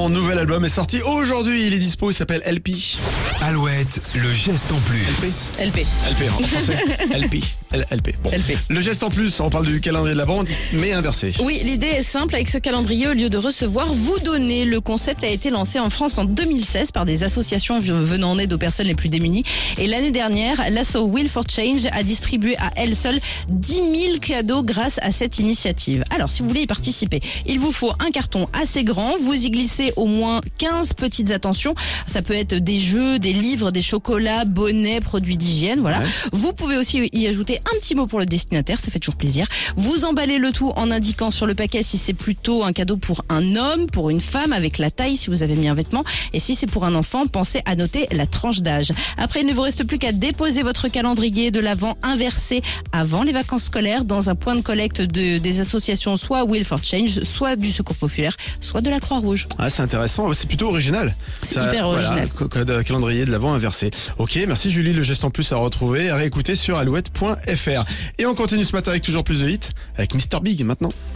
Son nouvel album est sorti aujourd'hui, il est dispo, il s'appelle LP. Alouette, le geste en plus. LP. LP en français. LP. LP. Bon. LP. Le geste en plus, on parle du calendrier de l'Avent, mais inversé. Oui, l'idée est simple. Avec ce calendrier, au lieu de recevoir, vous donnez. Le concept a été lancé en France en 2016 par des associations venant en aide aux personnes les plus démunies. Et l'année dernière, l'asso Will for Change a distribué à elle seule 10 000 cadeaux grâce à cette initiative. Alors, si vous voulez y participer, il vous faut un carton assez grand. Vous y glissez au moins 15 petites attentions. Ça peut être des jeux, des livres, des chocolats, bonnets, produits d'hygiène. Voilà. Ouais. Vous pouvez aussi y ajouter un petit mot pour le destinataire. Ça fait toujours plaisir. Vous emballez le tout en indiquant sur le paquet si c'est plutôt un cadeau pour un homme, pour une femme, avec la taille si vous avez mis un vêtement. Et si c'est pour un enfant, pensez à noter la tranche d'âge. Après, il ne vous reste plus qu'à déposer votre calendrier de l'Avent inversé avant les vacances scolaires dans un point de collecte des associations, soit Will for Change, soit du Secours Populaire, soit de la Croix-Rouge. Ah, c'est intéressant, c'est plutôt original. C'est hyper original. Voilà, calendrier de l'Avent inversé. Ok, merci Julie, le geste en plus à retrouver, à réécouter sur alouette.fr. Et on continue ce matin avec toujours plus de hits, avec Mr Big maintenant.